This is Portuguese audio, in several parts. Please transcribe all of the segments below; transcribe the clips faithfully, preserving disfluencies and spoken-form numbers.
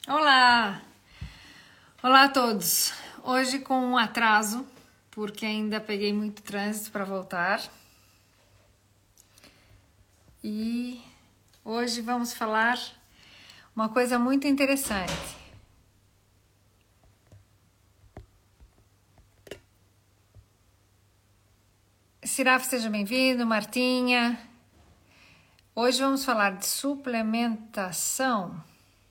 Olá! Olá a todos! Hoje com um atraso, porque ainda peguei muito trânsito para voltar. E hoje vamos falar uma coisa muito interessante. Siraf, seja bem-vindo, Martinha. Hoje vamos falar de suplementação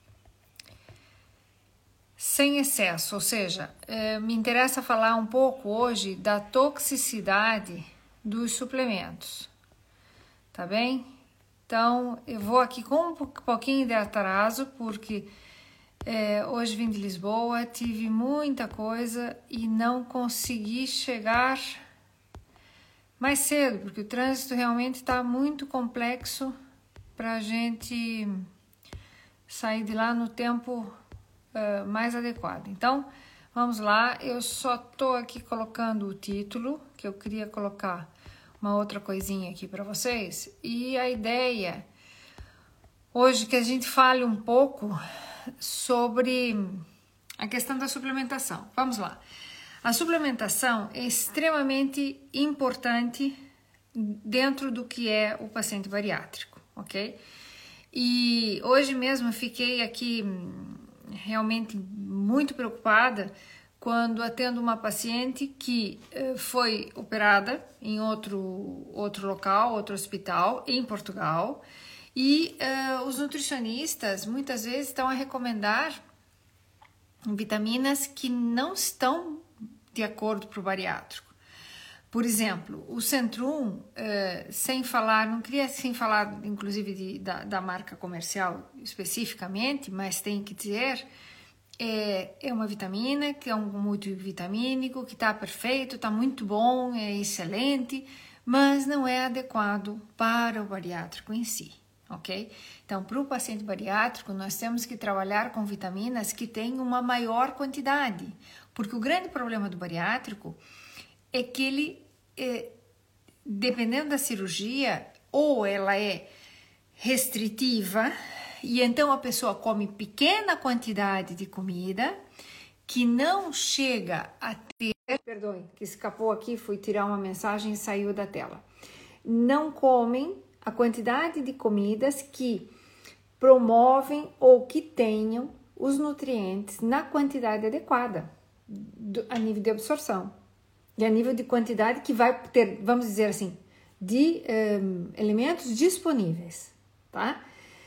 sem excesso, ou seja, me interessa falar um pouco hoje da toxicidade dos suplementos, tá bem? Então, eu vou aqui com um pouquinho de atraso, porque é, hoje vim de Lisboa, tive muita coisa e não consegui chegar mais cedo, porque o trânsito realmente está muito complexo para a gente sair de lá no tempo Uh, mais adequado. Então, vamos lá. Eu só tô aqui colocando o título, que eu queria colocar uma outra coisinha aqui para vocês. E a ideia hoje que a gente fale um pouco sobre a questão da suplementação. Vamos lá. A suplementação é extremamente importante dentro do que é o paciente bariátrico, ok? E hoje mesmo eu fiquei aqui realmente muito preocupada quando atendo uma paciente que uh, foi operada em outro, outro local, outro hospital, em Portugal, e uh, os nutricionistas muitas vezes estão a recomendar vitaminas que não estão de acordo para o bariátrico. Por exemplo, o Centrum, uh, sem falar, não queria sem falar inclusive de, da, da marca comercial especificamente, mas tem que dizer, é, é uma vitamina que é um multivitamínico, que está perfeito, está muito bom, é excelente, mas não é adequado para o bariátrico em si, ok? Então, para o paciente bariátrico, nós temos que trabalhar com vitaminas que têm uma maior quantidade, porque o grande problema do bariátrico é que ele, é, dependendo da cirurgia, ou ela é restritiva, e então a pessoa come pequena quantidade de comida, que não chega a ter... Perdão, que escapou aqui, fui tirar uma mensagem e saiu da tela. Não comem a quantidade de comidas que promovem ou que tenham os nutrientes na quantidade adequada, do, a nível de absorção. E a nível de quantidade que vai ter, vamos dizer assim, de um, elementos disponíveis, tá?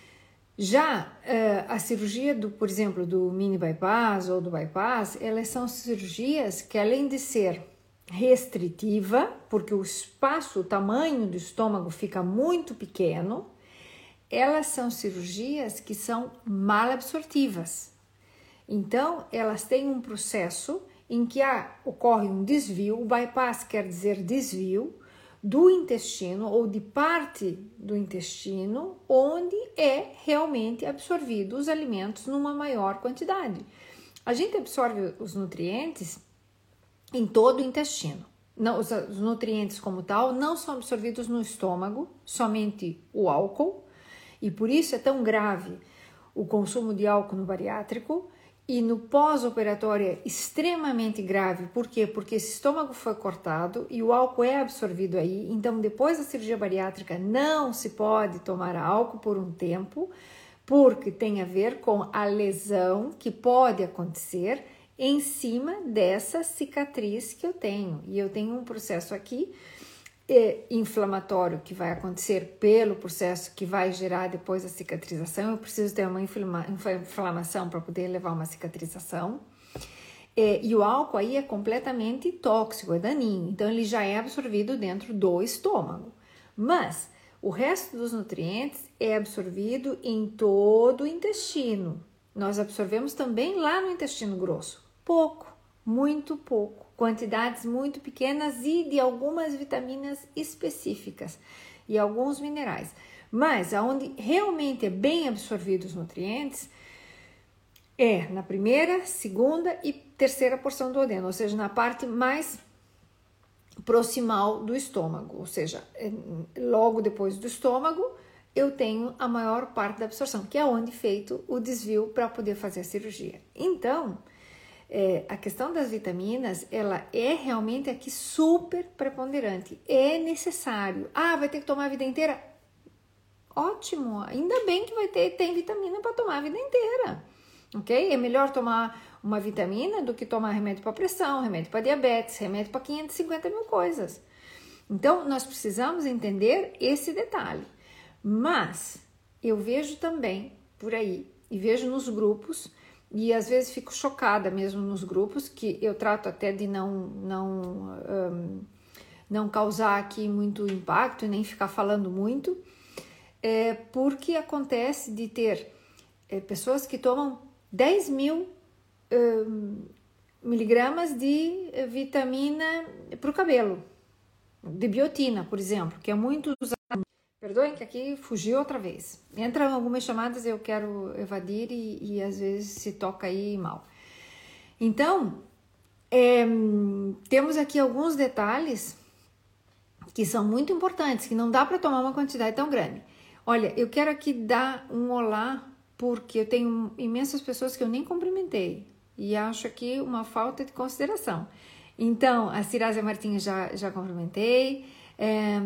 Já uh, a cirurgia, do, por exemplo, do mini bypass ou do bypass, elas são cirurgias que, além de ser restritiva, porque o espaço, o tamanho do estômago fica muito pequeno, elas são cirurgias que são mal absortivas. Então, elas têm um processo em que há, ocorre um desvio, o bypass quer dizer desvio, do intestino ou de parte do intestino, onde é realmente absorvido os alimentos numa maior quantidade. A gente absorve os nutrientes em todo o intestino. Não, os, os nutrientes como tal não são absorvidos no estômago, somente o álcool, e por isso é tão grave o consumo de álcool no bariátrico. E no pós-operatório é extremamente grave. Por quê? Porque esse estômago foi cortado e o álcool é absorvido aí. Então, depois da cirurgia bariátrica, não se pode tomar álcool por um tempo, porque tem a ver com a lesão que pode acontecer em cima dessa cicatriz que eu tenho. E eu tenho um processo aqui é, inflamatório que vai acontecer pelo processo que vai gerar depois a cicatrização. Eu preciso ter uma inflama, inflamação para poder levar uma cicatrização. É, e o álcool aí é completamente tóxico, é daninho. Então, ele já é absorvido dentro do estômago. Mas o resto dos nutrientes é absorvido em todo o intestino. Nós absorvemos também lá no intestino grosso. Pouco, muito pouco. Quantidades muito pequenas e de algumas vitaminas específicas e alguns minerais. Mas aonde realmente é bem absorvido os nutrientes é na primeira, segunda e terceira porção do duodeno, ou seja, na parte mais proximal do estômago, ou seja, logo depois do estômago eu tenho a maior parte da absorção, que é onde é feito o desvio para poder fazer a cirurgia. Então, é, a questão das vitaminas, ela é realmente aqui super preponderante. É necessário. Ah, vai ter que tomar a vida inteira? Ótimo, ainda bem que vai ter, tem vitamina para tomar a vida inteira, ok? É melhor tomar uma vitamina do que tomar remédio para pressão, remédio para diabetes, remédio para quinhentas e cinquenta mil coisas. Então, nós precisamos entender esse detalhe. Mas eu vejo também por aí, e vejo nos grupos, e às vezes fico chocada mesmo nos grupos, que eu trato até de não, não, um, não causar aqui muito impacto e nem ficar falando muito, é, porque acontece de ter é, pessoas que tomam dez mil um, miligramas de vitamina para o cabelo, de biotina, por exemplo, que é muito usado. Perdoem que aqui fugiu outra vez. Entram algumas chamadas, eu quero evadir e, e às vezes se toca aí mal. Então, é, temos aqui alguns detalhes que são muito importantes, que não dá para tomar uma quantidade tão grande. Olha, eu quero aqui dar um olá, porque eu tenho imensas pessoas que eu nem cumprimentei e acho aqui uma falta de consideração. Então, a Cirásia Martins já, já cumprimentei. É,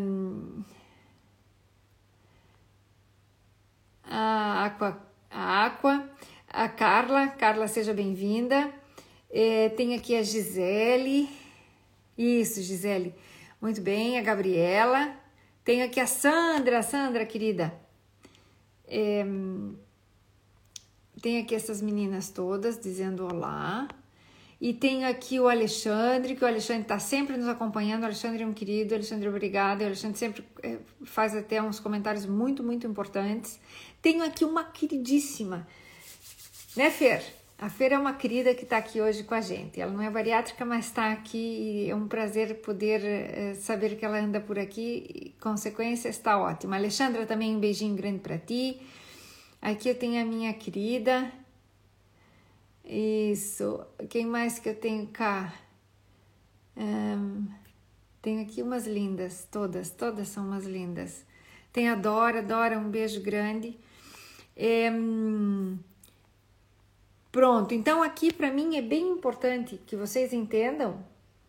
a Aqua, a Aqua, a Carla, Carla, seja bem-vinda. É, tem aqui a Gisele, isso, Gisele, muito bem, a Gabriela. Tenho aqui a Sandra, Sandra, querida. É, tem aqui essas meninas todas dizendo olá. E tenho aqui o Alexandre, que o Alexandre está sempre nos acompanhando. O Alexandre é um querido, Alexandre, obrigada. O Alexandre sempre é, faz até uns comentários muito, muito importantes. Tenho aqui uma queridíssima, né, Fer? A Fer é uma querida que está aqui hoje com a gente. Ela não é bariátrica, mas está aqui e é um prazer poder é, saber que ela anda por aqui. E, consequência, está ótima. Alexandra, também um beijinho grande para ti. Aqui eu tenho a minha querida... Isso, quem mais que eu tenho cá? Um, tenho aqui umas lindas, todas, todas são umas lindas. Tem a Dora, Dora, um beijo grande. É, hum, pronto, então aqui para mim é bem importante que vocês entendam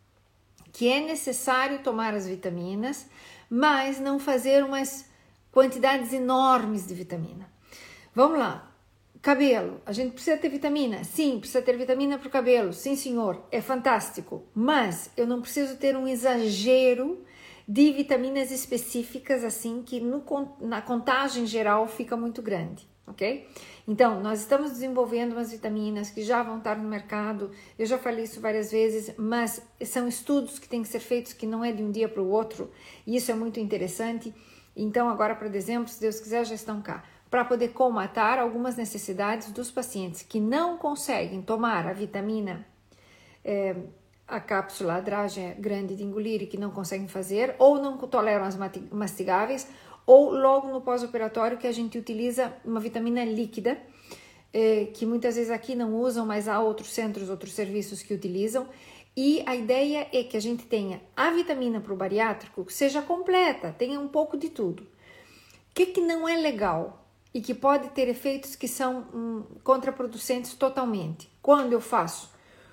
que é necessário tomar as vitaminas, mas não fazer umas quantidades enormes de vitamina. Vamos lá. Cabelo, a gente precisa ter vitamina? Sim, precisa ter vitamina para o cabelo, sim senhor, é fantástico, mas eu não preciso ter um exagero de vitaminas específicas assim que no, na contagem geral fica muito grande, ok? Então, nós estamos desenvolvendo umas vitaminas que já vão estar no mercado, eu já falei isso várias vezes, mas são estudos que têm que ser feitos que não é de um dia para o outro, e isso é muito interessante. Então, agora para dezembro, se Deus quiser, já estão cá, para poder comatar algumas necessidades dos pacientes que não conseguem tomar a vitamina, é, a cápsula, a dragem é grande de engolir e que não conseguem fazer, ou não toleram as mastigáveis, ou logo no pós-operatório que a gente utiliza uma vitamina líquida, é, que muitas vezes aqui não usam, mas há outros centros, outros serviços que utilizam, e a ideia é que a gente tenha a vitamina para o bariátrico que seja completa, tenha um pouco de tudo. O que, que não é legal? E que pode ter efeitos que são hum, contraproducentes totalmente. Quando eu faço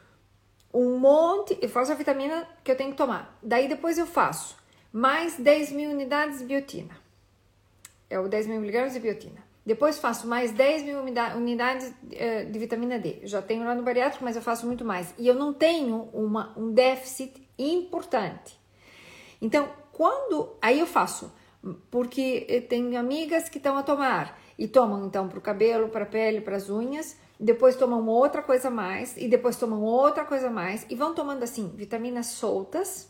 um monte, eu faço a vitamina que eu tenho que tomar, daí depois eu faço mais dez mil unidades de biotina, é o dez mil miligramas de biotina, depois faço mais dez mil unidades uh, de vitamina D, eu já tenho lá no bariátrico, mas eu faço muito mais, e eu não tenho uma, um déficit importante. Então, quando, aí eu faço, porque eu tenho amigas que estão a tomar, e tomam então para o cabelo, para a pele, para as unhas, depois tomam outra coisa a mais, e depois tomam outra coisa a mais, e vão tomando assim, vitaminas soltas,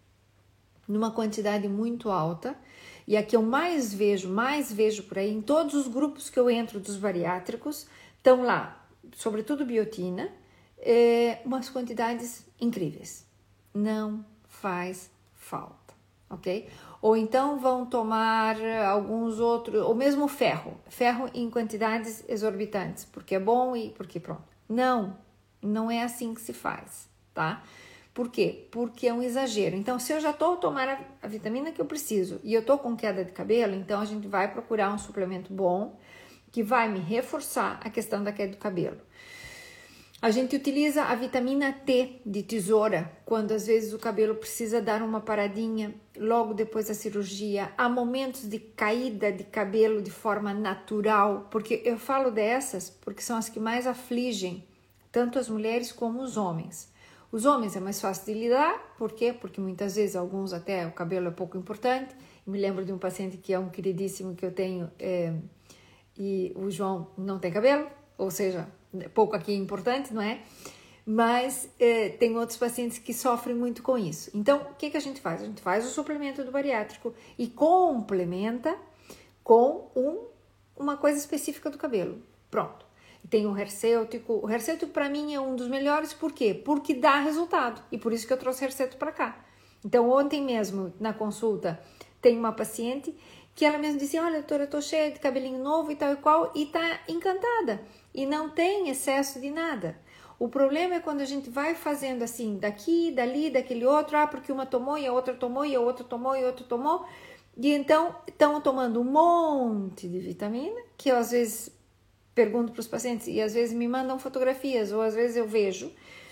numa quantidade muito alta, e a que eu mais vejo, mais vejo por aí, em todos os grupos que eu entro dos bariátricos, estão lá, sobretudo biotina, é, umas quantidades incríveis. Não faz falta, ok? Ou então vão tomar alguns outros, ou mesmo ferro, ferro em quantidades exorbitantes, porque é bom e porque pronto. Não, não é assim que se faz, tá? Por quê? Porque é um exagero. Então, se eu já estou tomando a, a vitamina que eu preciso e eu estou com queda de cabelo, então a gente vai procurar um suplemento bom que vai me reforçar a questão da queda do cabelo. A gente utiliza a vitamina T de tesoura quando às vezes o cabelo precisa dar uma paradinha logo depois da cirurgia. Há momentos de caída de cabelo de forma natural, porque eu falo dessas porque são as que mais afligem tanto as mulheres como os homens. Os homens é mais fácil de lidar, por quê? Porque muitas vezes alguns até o cabelo é pouco importante. Me lembro de um paciente que é um queridíssimo que eu tenho é, e o João não tem cabelo, ou seja, pouco aqui é importante, não é? Mas é, tem outros pacientes que sofrem muito com isso. Então, o que, que a gente faz? A gente faz o suplemento do bariátrico e complementa com um, uma coisa específica do cabelo. Pronto. Tem o Hercêutico. O Hercêutico para mim é um dos melhores, por quê? Porque dá resultado e por isso que eu trouxe o Hercêutico para cá. Então, ontem mesmo, na consulta, tem uma paciente que ela mesmo disse, olha, doutora, eu tô cheia de cabelinho novo e tal e qual, e tá encantada. E não tem excesso de nada. O problema é quando a gente vai fazendo assim, daqui, dali, daquele outro, ah, porque uma tomou e a outra tomou e a outra tomou e a outra tomou. E então, estão tomando um monte de vitamina, que eu às vezes pergunto para os pacientes e às vezes me mandam fotografias, ou às vezes eu vejo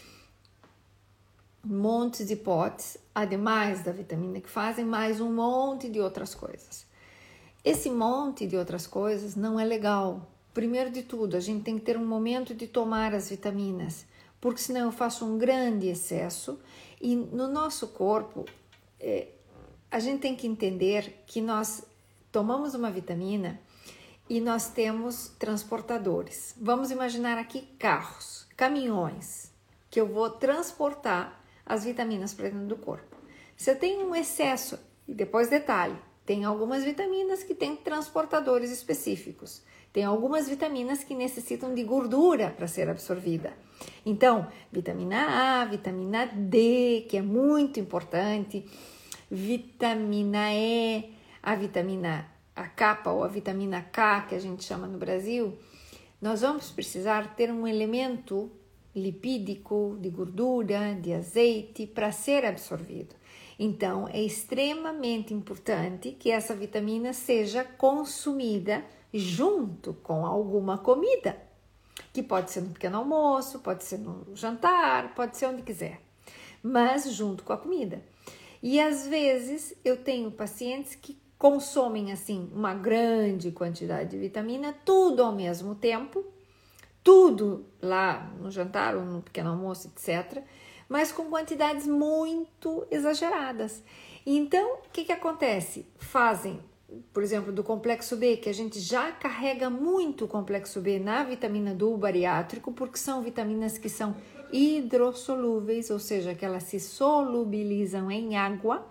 montes de potes, ademais da vitamina que fazem, mais um monte de outras coisas. Esse monte de outras coisas não é legal. Primeiro de tudo, a gente tem que ter um momento de tomar as vitaminas, porque senão eu faço um grande excesso e no nosso corpo é, a gente tem que entender que nós tomamos uma vitamina e nós temos transportadores. Vamos imaginar aqui carros, caminhões, que eu vou transportar as vitaminas para dentro do corpo. Se eu tenho um excesso, e depois detalhe, tem algumas vitaminas que têm transportadores específicos. Tem algumas vitaminas que necessitam de gordura para ser absorvida. Então, vitamina A, vitamina D, que é muito importante, vitamina E, a vitamina a capa ou a vitamina K, que a gente chama no Brasil, nós vamos precisar ter um elemento lipídico, de gordura, de azeite, para ser absorvido. Então, é extremamente importante que essa vitamina seja consumida junto com alguma comida, que pode ser no pequeno almoço, pode ser no jantar, pode ser onde quiser, mas junto com a comida. E às vezes eu tenho pacientes que consomem assim uma grande quantidade de vitamina, tudo ao mesmo tempo, tudo lá no jantar ou no pequeno almoço, etcétera, mas com quantidades muito exageradas. Então, o que que acontece? Fazem, por exemplo, do complexo B, que a gente já carrega muito o complexo B na vitamina do bariátrico, porque são vitaminas que são hidrossolúveis, ou seja, que elas se solubilizam em água,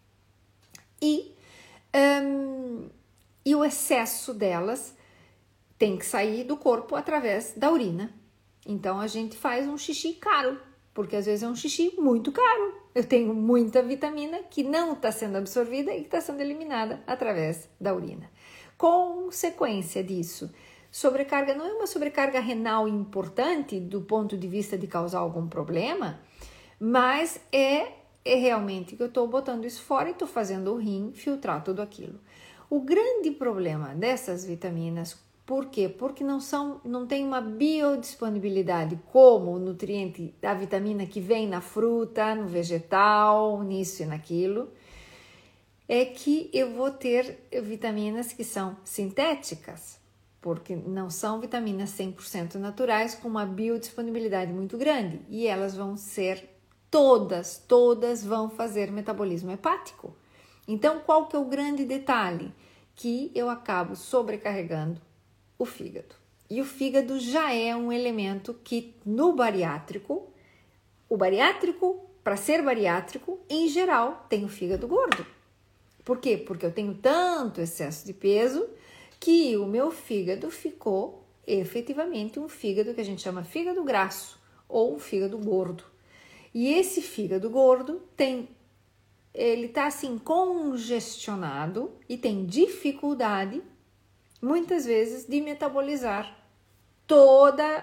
e, um, e o excesso delas tem que sair do corpo através da urina. Então, a gente faz um xixi caro, porque às vezes é um xixi muito caro. Eu tenho muita vitamina que não está sendo absorvida e que está sendo eliminada através da urina. Consequência disso, sobrecarga não é uma sobrecarga renal importante do ponto de vista de causar algum problema, mas é, é realmente que eu estou botando isso fora e estou fazendo o rim filtrar tudo aquilo. O grande problema dessas vitaminas, por quê? Porque não, são, não tem uma biodisponibilidade como o nutriente da vitamina que vem na fruta, no vegetal, nisso e naquilo, é que eu vou ter vitaminas que são sintéticas, porque não são vitaminas cem por cento naturais com uma biodisponibilidade muito grande e elas vão ser todas, todas vão fazer metabolismo hepático. Então, qual que é o grande detalhe? Que eu acabo sobrecarregando o fígado. E o fígado já é um elemento que no bariátrico, o bariátrico, para ser bariátrico, em geral, tem o fígado gordo. Por quê? Porque eu tenho tanto excesso de peso que o meu fígado ficou efetivamente um fígado que a gente chama fígado grasso ou fígado gordo. E esse fígado gordo tem, ele está assim congestionado e tem dificuldade muitas vezes de metabolizar toda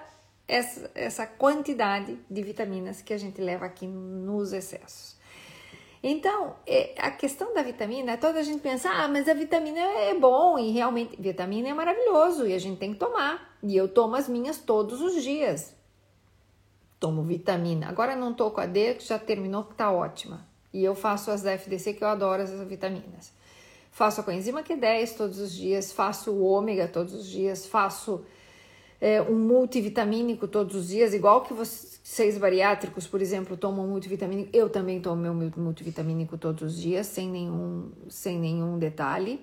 essa, essa quantidade de vitaminas que a gente leva aqui nos excessos. Então, a questão da vitamina é toda a gente pensa, ah, mas a vitamina é bom e realmente, vitamina é maravilhoso e a gente tem que tomar. E eu tomo as minhas todos os dias. Tomo vitamina. Agora não tô com a D, que já terminou, que tá ótima. E eu faço as da F D C, que eu adoro essas vitaminas. Faço a coenzima Q dez todos os dias, faço o ômega todos os dias, faço é, um multivitamínico todos os dias, igual que vocês bariátricos, por exemplo, tomam multivitamínico, eu também tomo meu multivitamínico todos os dias, sem nenhum, sem nenhum detalhe.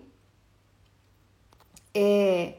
É,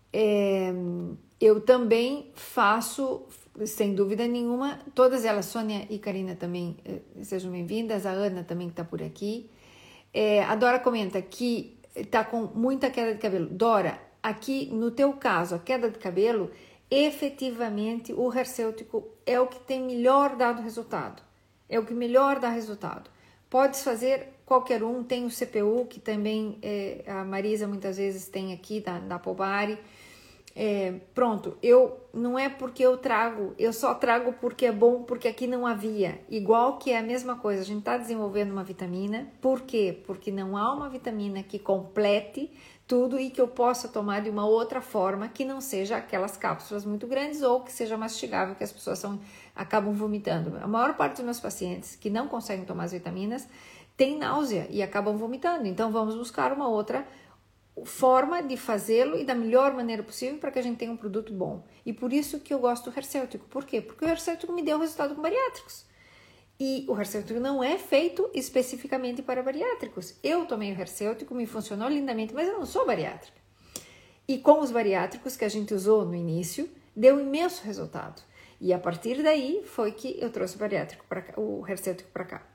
é, eu também faço, sem dúvida nenhuma, todas elas, Sônia e Karina também, sejam bem-vindas, a Ana também que está por aqui. É, a Dora comenta que está com muita queda de cabelo. Dora, aqui no teu caso, a queda de cabelo, efetivamente o hercêutico é o que tem melhor dado resultado. É o que melhor dá resultado. Podes fazer qualquer um, tem o C P U, que também é, a Marisa muitas vezes tem aqui, da, da Pobari. É, pronto, eu não é porque eu trago, eu só trago porque é bom, porque aqui não havia. Igual que é a mesma coisa, a gente está desenvolvendo uma vitamina. Por quê? Porque não há uma vitamina que complete tudo e que eu possa tomar de uma outra forma que não seja aquelas cápsulas muito grandes ou que seja mastigável, que as pessoas são, acabam vomitando. A maior parte dos meus pacientes que não conseguem tomar as vitaminas tem náusea e acabam vomitando. Então vamos buscar uma outra forma de fazê-lo e da melhor maneira possível para que a gente tenha um produto bom. E por isso que eu gosto do hercêutico. Por quê? Porque o hercêutico me deu resultado com bariátricos. E o hercêutico não é feito especificamente para bariátricos. Eu tomei o hercêutico, me funcionou lindamente, mas eu não sou bariátrica. E com os bariátricos que a gente usou no início, deu imenso resultado. E a partir daí foi que eu trouxe o bariátrico para cá, o hercêutico para cá.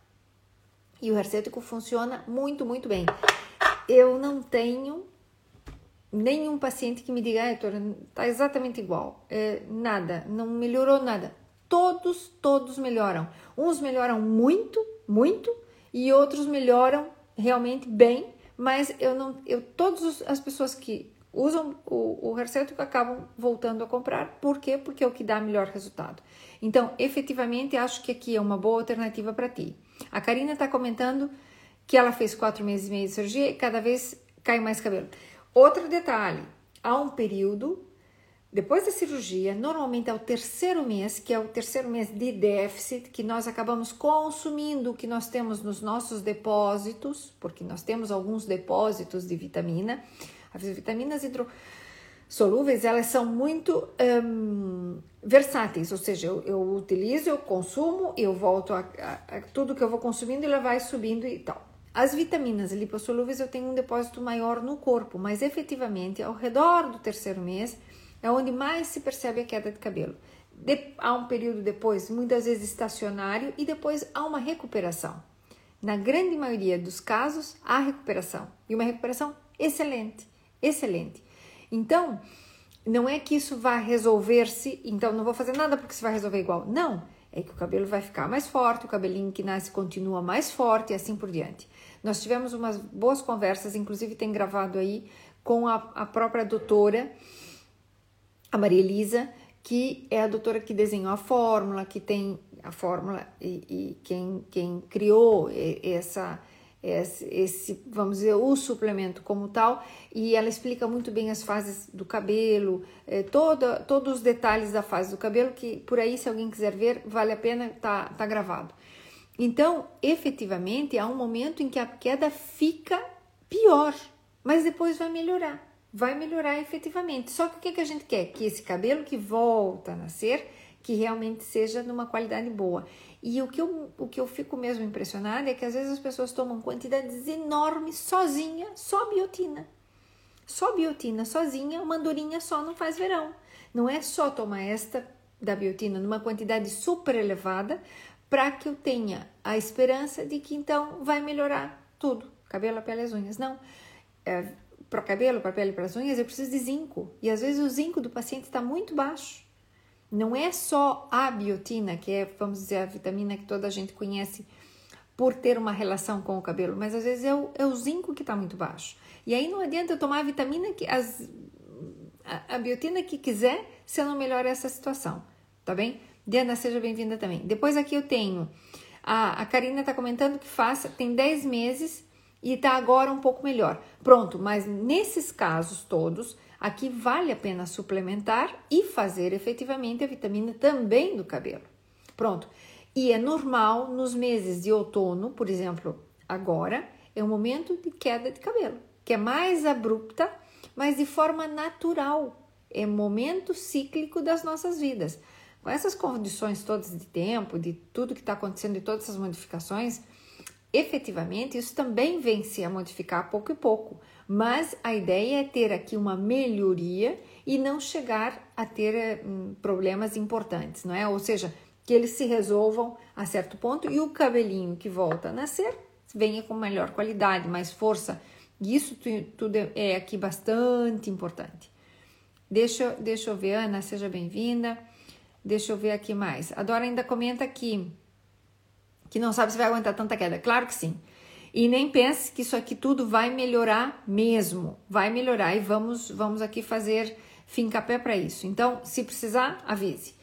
E o hercêutico funciona muito, muito bem. Eu não tenho nenhum paciente que me diga, ah, doutora, tá exatamente igual. É, nada, não melhorou nada. Todos, todos melhoram. Uns melhoram muito, muito, e outros melhoram realmente bem, mas eu não, eu, todas as pessoas que usam o, o hercêutico acabam voltando a comprar. Por quê? Porque é o que dá melhor resultado. Então, efetivamente, acho que aqui é uma boa alternativa para ti. A Karina está comentando que ela fez quatro meses e meio de cirurgia e cada vez cai mais cabelo. Outro detalhe, há um período, depois da cirurgia, normalmente é o terceiro mês, que é o terceiro mês de déficit, que nós acabamos consumindo o que nós temos nos nossos depósitos, porque nós temos alguns depósitos de vitamina. As vitaminas hidrossolúveis, elas são muito hum, versáteis, ou seja, eu, eu utilizo, eu consumo, eu volto a, a, a tudo que eu vou consumindo, ela vai subindo e tal. As vitaminas lipossolúveis eu tenho um depósito maior no corpo, mas efetivamente ao redor do terceiro mês é onde mais se percebe a queda de cabelo. De, há um período depois, muitas vezes estacionário, e depois há uma recuperação. Na grande maioria dos casos, há recuperação, e uma recuperação excelente, excelente. Então, não é que isso vai resolver-se, então não vou fazer nada porque se vai resolver igual. Não, é que o cabelo vai ficar mais forte, o cabelinho que nasce continua mais forte e assim por diante. Nós tivemos umas boas conversas, inclusive tem gravado aí com a, a própria doutora, a Maria Elisa, que é a doutora que desenhou a fórmula, que tem a fórmula e, e quem, quem criou essa, esse, esse, vamos dizer, o suplemento como tal, e ela explica muito bem as fases do cabelo, é, toda, todos os detalhes da fase do cabelo, que por aí, se alguém quiser ver, vale a pena, tá, tá gravado. Então, efetivamente, há um momento em que a queda fica pior, mas depois vai melhorar. Vai melhorar efetivamente. Só que o que, que a gente quer? Que esse cabelo que volta a nascer, que realmente seja numa qualidade boa. E o que eu, o que eu fico mesmo impressionada é que às vezes as pessoas tomam quantidades enormes sozinha, só biotina. Só biotina sozinha, uma andorinha só não faz verão. Não é só tomar esta da biotina numa quantidade super elevada para que eu tenha a esperança de que então vai melhorar tudo. Cabelo, a pele, as unhas. Não. É, para o cabelo, para a pele e para as unhas, eu preciso de zinco. E às vezes o zinco do paciente está muito baixo. Não é só a biotina, que é, vamos dizer, a vitamina que toda a gente conhece por ter uma relação com o cabelo, mas às vezes é o, é o zinco que está muito baixo. E aí não adianta eu tomar a vitamina, que as, a, a biotina que quiser, se eu não melhorar essa situação. tá bem? Diana, seja bem-vinda também. Depois aqui eu tenho, a, a Karina tá comentando que faz, tem dez meses e tá agora um pouco melhor. Pronto, mas nesses casos todos, aqui vale a pena suplementar e fazer efetivamente a vitamina também do cabelo. Pronto. E é normal nos meses de outono, por exemplo, agora, é um momento de queda de cabelo, que é mais abrupta, mas de forma natural. É momento cíclico das nossas vidas. Com essas condições todas de tempo, de tudo que está acontecendo, de todas essas modificações, efetivamente isso também vem se a modificar pouco e pouco. Mas a ideia é ter aqui uma melhoria e não chegar a ter hum, problemas importantes, não é? Ou seja, que eles se resolvam a certo ponto e o cabelinho que volta a nascer venha com melhor qualidade, mais força. E isso tudo é aqui bastante importante. Deixa, deixa eu ver, Ana, seja bem-vinda. Deixa eu ver aqui mais. A Dora ainda comenta aqui que não sabe se vai aguentar tanta queda. Claro que sim. E nem pense que isso aqui tudo vai melhorar mesmo. Vai melhorar e vamos, vamos aqui fazer fincapé para isso. Então, se precisar, avise.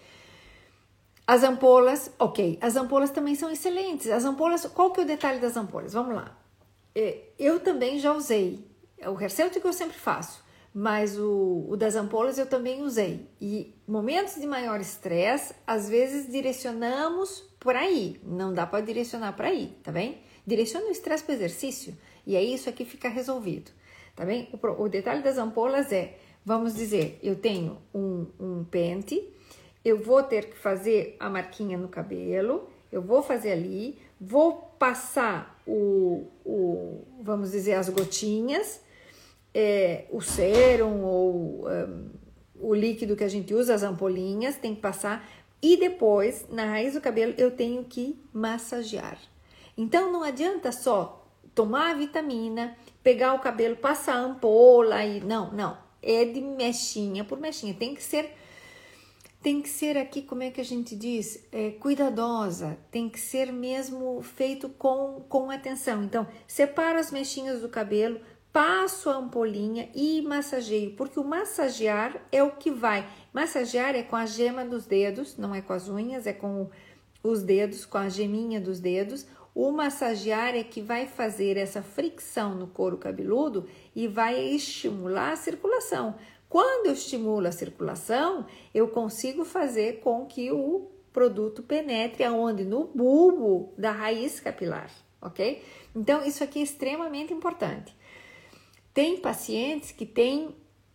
As ampolas, ok. As ampolas também são excelentes. As ampolas, qual que é o detalhe das ampolas? Vamos lá. Eu também já usei. O hair celtic eu sempre faço. Mas o, o das ampolas eu também usei. E momentos de maior estresse, às vezes direcionamos por aí. Não dá para direcionar por aí, tá bem? Direciona o estresse para o exercício. E aí isso aqui fica resolvido, tá bem? O, o detalhe das ampolas é, vamos dizer, eu tenho um, um pente, eu vou ter que fazer a marquinha no cabelo, eu vou fazer ali, vou passar o, o vamos dizer, as gotinhas, É, o sérum ou um, o líquido que a gente usa, as ampolinhas, tem que passar e depois, na raiz do cabelo, eu tenho que massagear. Então, não adianta só tomar a vitamina, pegar o cabelo, passar a ampola e... Não, não. É de mechinha por mechinha. Tem que ser... Tem que ser aqui, como é que a gente diz? É, cuidadosa. Tem que ser mesmo feito com, com atenção. Então, separa as mechinhas do cabelo, passo a ampolinha e massageio, porque o massagear é o que vai. Massagear é com a gema dos dedos, não é com as unhas, é com os dedos, com a geminha dos dedos. O massagear é que vai fazer essa fricção no couro cabeludo e vai estimular a circulação. Quando eu estimulo a circulação, eu consigo fazer com que o produto penetre aonde? No bulbo da raiz capilar, ok? Então, isso aqui é extremamente importante. Tem pacientes que têm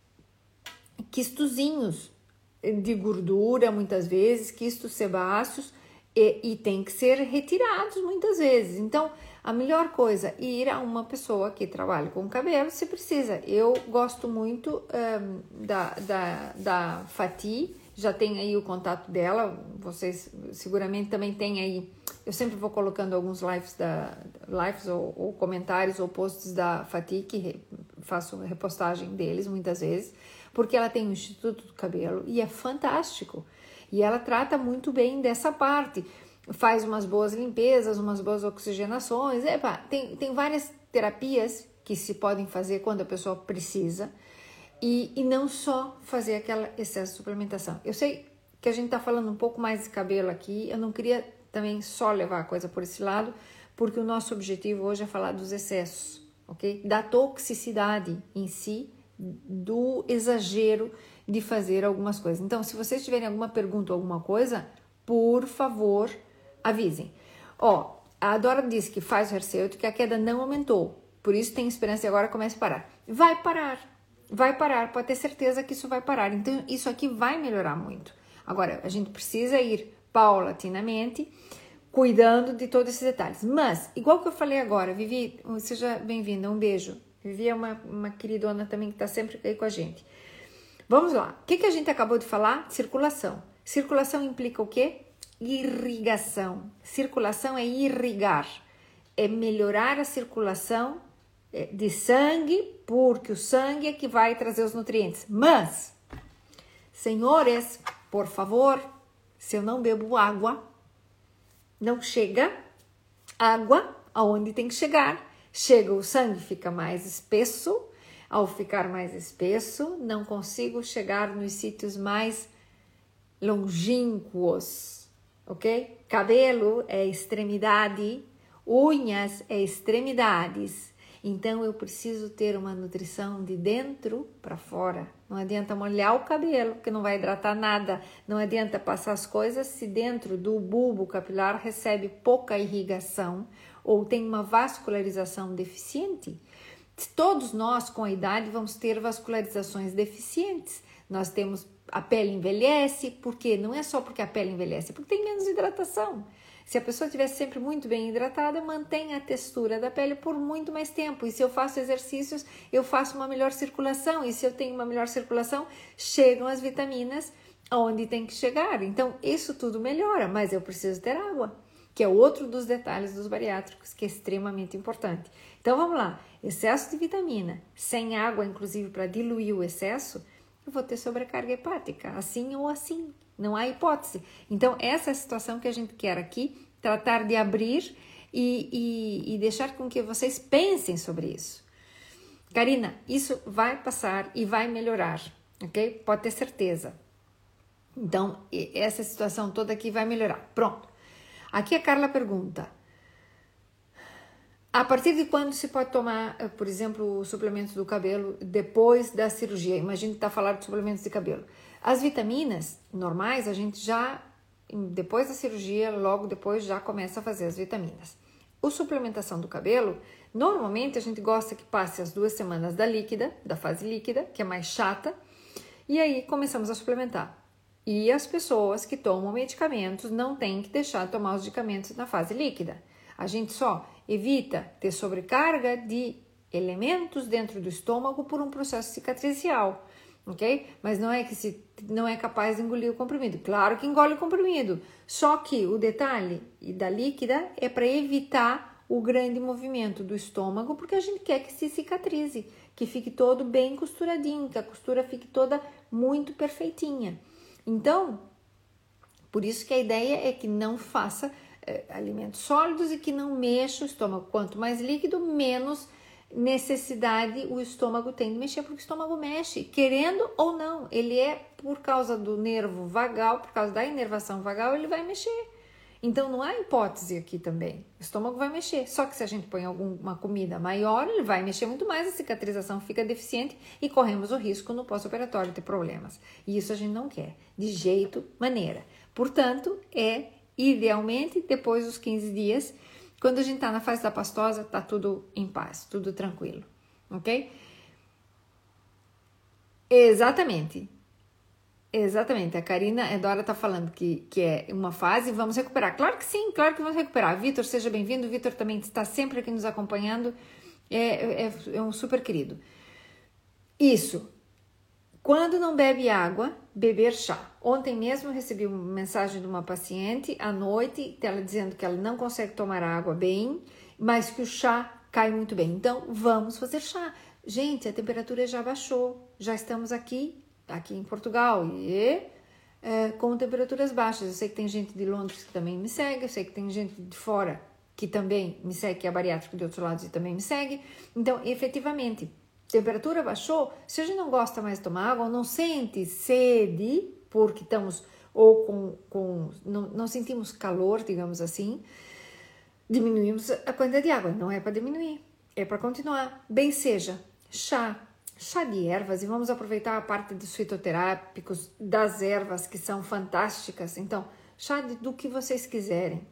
quistozinhos de gordura, muitas vezes, quistos sebáceos, e, e tem que ser retirados muitas vezes. Então, a melhor coisa é ir a uma pessoa que trabalha com cabelo, se precisa. Eu gosto muito um, da, da, da Fati, já tem aí o contato dela, vocês seguramente também têm aí. Eu sempre vou colocando alguns lives, da, lives ou, ou comentários ou posts da Fati, que re, faço repostagem deles muitas vezes, porque ela tem um Instituto do Cabelo e é fantástico. E ela trata muito bem dessa parte, faz umas boas limpezas, umas boas oxigenações, epa, tem, tem várias terapias que se podem fazer quando a pessoa precisa, e, e não só fazer aquela excesso de suplementação. Eu sei que a gente está falando um pouco mais de cabelo aqui, eu não queria também só levar a coisa por esse lado, porque o nosso objetivo hoje é falar dos excessos, ok? Da toxicidade em si, do exagero de fazer algumas coisas. Então, se vocês tiverem alguma pergunta ou alguma coisa, por favor, avisem. Ó, a Dora disse que faz o hair celtic, que a queda não aumentou, por isso tem esperança e agora começa a parar. Vai parar, vai parar, pode ter certeza que isso vai parar. Então, isso aqui vai melhorar muito. Agora, a gente precisa ir paulatinamente, cuidando de todos esses detalhes. Mas, igual que eu falei agora, Vivi, seja bem-vinda, um beijo. Vivi é uma, uma queridona também que está sempre aí com a gente. Vamos lá. O que, que a gente acabou de falar? Circulação. Circulação implica o quê? Irrigação. Circulação é irrigar. É melhorar a circulação de sangue, porque o sangue é que vai trazer os nutrientes. Mas, senhores, por favor, se eu não bebo água, não chega água aonde tem que chegar. Chega o sangue, fica mais espesso. Ao ficar mais espesso, não consigo chegar nos sítios mais longínquos, ok? Cabelo é extremidade, unhas é extremidades. Então eu preciso ter uma nutrição de dentro para fora. Não adianta molhar o cabelo, que não vai hidratar nada. Não adianta passar as coisas se dentro do bulbo capilar recebe pouca irrigação ou tem uma vascularização deficiente. Todos nós, com a idade, vamos ter vascularizações deficientes. Nós temos, a pele envelhece, porque não é só porque a pele envelhece, é porque tem menos hidratação. Se a pessoa estiver sempre muito bem hidratada, mantém a textura da pele por muito mais tempo. E se eu faço exercícios, eu faço uma melhor circulação. E se eu tenho uma melhor circulação, chegam as vitaminas onde tem que chegar. Então, isso tudo melhora, mas eu preciso ter água, que é outro dos detalhes dos bariátricos, que é extremamente importante. Então, vamos lá. Excesso de vitamina, sem água, inclusive, para diluir o excesso, eu vou ter sobrecarga hepática, assim ou assim. Não há hipótese. Então, essa é a situação que a gente quer aqui, tratar de abrir e, e, e deixar com que vocês pensem sobre isso. Karina, isso vai passar e vai melhorar, ok? Pode ter certeza. Então, essa situação toda aqui vai melhorar. Pronto. Aqui a Carla pergunta, a partir de quando se pode tomar, por exemplo, suplementos do cabelo depois da cirurgia? Imagino que está falando de suplementos de cabelo. As vitaminas normais, a gente já, depois da cirurgia, logo depois já começa a fazer as vitaminas. A suplementação do cabelo, normalmente a gente gosta que passe as duas semanas da líquida, da fase líquida, que é mais chata, e aí começamos a suplementar. E as pessoas que tomam medicamentos não têm que deixar de tomar os medicamentos na fase líquida. A gente só evita ter sobrecarga de elementos dentro do estômago por um processo cicatricial. Ok? Mas não é que se não é capaz de engolir o comprimido. Claro que engole o comprimido. Só que o detalhe da líquida é para evitar o grande movimento do estômago, porque a gente quer que se cicatrize, que fique todo bem costuradinho, que a costura fique toda muito perfeitinha. Então, por isso que a ideia é que não faça eh, alimentos sólidos e que não mexa o estômago. Quanto mais líquido, menos necessidade o estômago tem de mexer, porque o estômago mexe, querendo ou não, ele é por causa do nervo vagal, por causa da inervação vagal, ele vai mexer. Então não há hipótese aqui também, o estômago vai mexer, só que se a gente põe alguma comida maior, ele vai mexer muito mais, a cicatrização fica deficiente e corremos o risco no pós-operatório ter problemas, e isso a gente não quer, de jeito, maneira. Portanto, é idealmente depois dos quinze dias. Quando a gente tá na fase da pastosa, tá tudo em paz, tudo tranquilo, ok? Exatamente, exatamente. A Karina, a Dora tá falando que, que é uma fase, vamos recuperar. Claro que sim, claro que vamos recuperar. Vitor, seja bem-vindo. Vitor também está sempre aqui nos acompanhando, é, é, é um super querido. Isso. Quando não bebe água, beber chá. Ontem mesmo eu recebi uma mensagem de uma paciente à noite, ela dizendo que ela não consegue tomar água bem, mas que o chá cai muito bem. Então, vamos fazer chá. Gente, a temperatura já baixou, já estamos aqui, aqui em Portugal, e é, com temperaturas baixas. Eu sei que tem gente de Londres que também me segue, eu sei que tem gente de fora que também me segue, que é bariátrico de outros lados e também me segue. Então, efetivamente, temperatura baixou, se a gente não gosta mais de tomar água, ou não sente sede, porque estamos, ou com, com não, não sentimos calor, digamos assim, diminuímos a quantidade de água. Não é para diminuir, é para continuar. Bem seja chá, chá de ervas, e vamos aproveitar a parte dos fitoterápicos, das ervas, que são fantásticas. Então, chá de, do que vocês quiserem.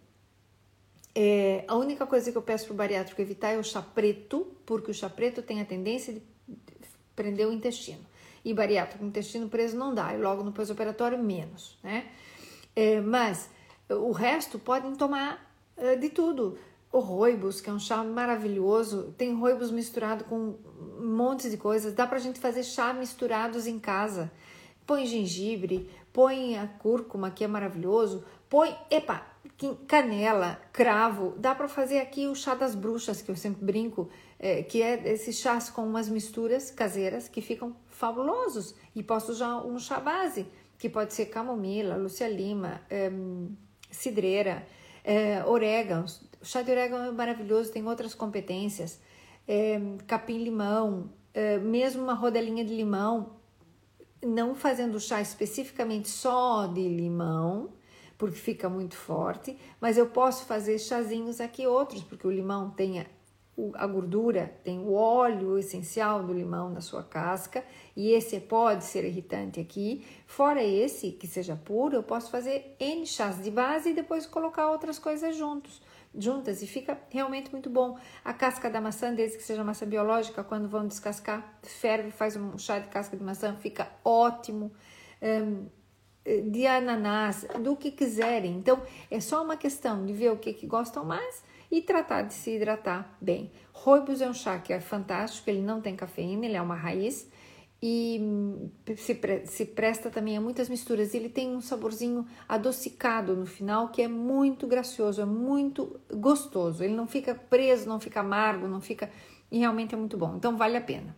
É, a única coisa que eu peço para o bariátrico evitar é o chá preto, porque o chá preto tem a tendência de prender o intestino. E bariátrico com intestino preso não dá, e logo no pós-operatório menos, né? É, mas o resto podem tomar é, de tudo. O rooibos, que é um chá maravilhoso, tem rooibos misturado com montes de coisas, dá pra gente fazer chá misturados em casa. Põe gengibre, põe a cúrcuma, que é maravilhoso, põe, epa, canela, cravo, dá para fazer aqui o chá das bruxas, que eu sempre brinco, é, que é esses chás com umas misturas caseiras que ficam fabulosos, e posso usar um chá base, que pode ser camomila, lúcia lima, é, cidreira, é, orégano. O chá de orégano é maravilhoso, tem outras competências, é, capim-limão, é, mesmo uma rodelinha de limão, não fazendo chá especificamente só de limão, porque fica muito forte, mas eu posso fazer chazinhos aqui outros, porque o limão tem a, a gordura, tem o óleo essencial do limão na sua casca, e esse pode ser irritante aqui. Fora esse, que seja puro, eu posso fazer N chás de base e depois colocar outras coisas juntos, juntas, e fica realmente muito bom. A casca da maçã, desde que seja maçã biológica, quando vão descascar, ferve, faz um chá de casca de maçã, fica ótimo. Um, de ananás, do que quiserem. Então, é só uma questão de ver o que, que gostam mais e tratar de se hidratar bem. Rooibos é um chá que é fantástico, ele não tem cafeína, ele é uma raiz e se, pre se presta também a muitas misturas. Ele tem um saborzinho adocicado no final que é muito gracioso, é muito gostoso. Ele não fica preso, não fica amargo, não fica... e realmente é muito bom. Então, vale a pena.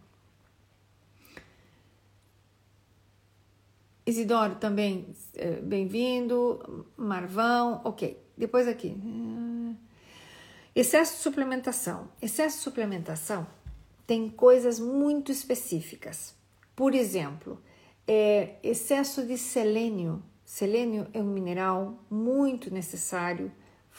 Isidoro também, bem-vindo. Marvão, ok. Depois aqui. Excesso de suplementação. Excesso de suplementação tem coisas muito específicas. Por exemplo, é, excesso de selênio. Selênio é um mineral muito necessário,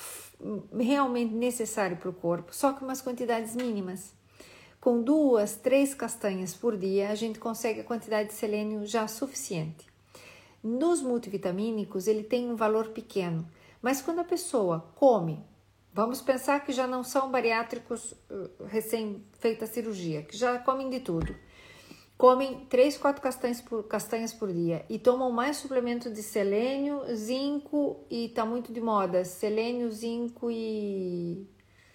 realmente necessário para o corpo, só que umas quantidades mínimas. Com duas, três castanhas por dia, a gente consegue a quantidade de selênio já suficiente. Nos multivitamínicos, ele tem um valor pequeno, mas quando a pessoa come, vamos pensar que já não são bariátricos uh, recém-feita a cirurgia, que já comem de tudo, comem três, quatro castanhas por, castanhas por dia e tomam mais suplemento de selênio, zinco e tá muito de moda, selênio, zinco e...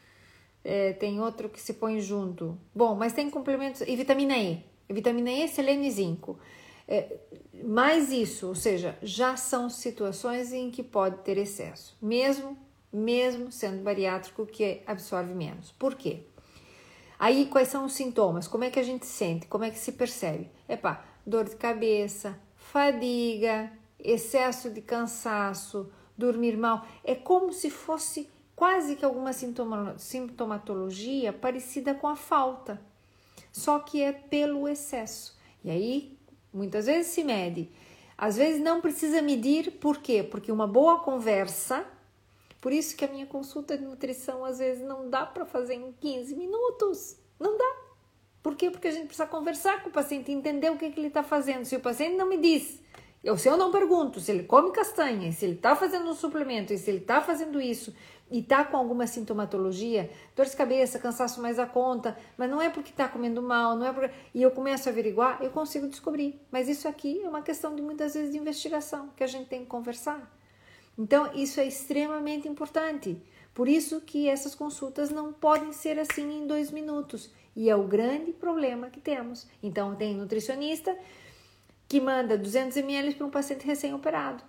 É, tem outro que se põe junto. Bom, mas tem complementos... E vitamina E. E vitamina E, selênio e zinco. É, mais isso, ou seja, já são situações em que pode ter excesso. Mesmo, mesmo sendo bariátrico, que absorve menos. Por quê? Aí, quais são os sintomas? Como é que a gente sente? Como é que se percebe? Epá, dor de cabeça, fadiga, excesso de cansaço, dormir mal. É como se fosse... quase que alguma sintoma, sintomatologia parecida com a falta, só que é pelo excesso. E aí, muitas vezes se mede. Às vezes não precisa medir, por quê? Porque uma boa conversa, por isso que a minha consulta de nutrição às vezes não dá para fazer em quinze minutos, não dá. Por quê? Porque a gente precisa conversar com o paciente, entender o que, que ele está fazendo. Se o paciente não me diz, eu, se eu não pergunto se ele come castanha, se ele está fazendo um suplemento, e se ele está fazendo isso, e está com alguma sintomatologia, dor de cabeça, cansaço mais da conta, mas não é porque está comendo mal, não é porque... e eu começo a averiguar, eu consigo descobrir. Mas isso aqui é uma questão de muitas vezes de investigação, que a gente tem que conversar. Então, isso é extremamente importante. Por isso que essas consultas não podem ser assim em dois minutos. E é o grande problema que temos. Então, tem nutricionista que manda duzentos mililitros para um paciente recém-operado.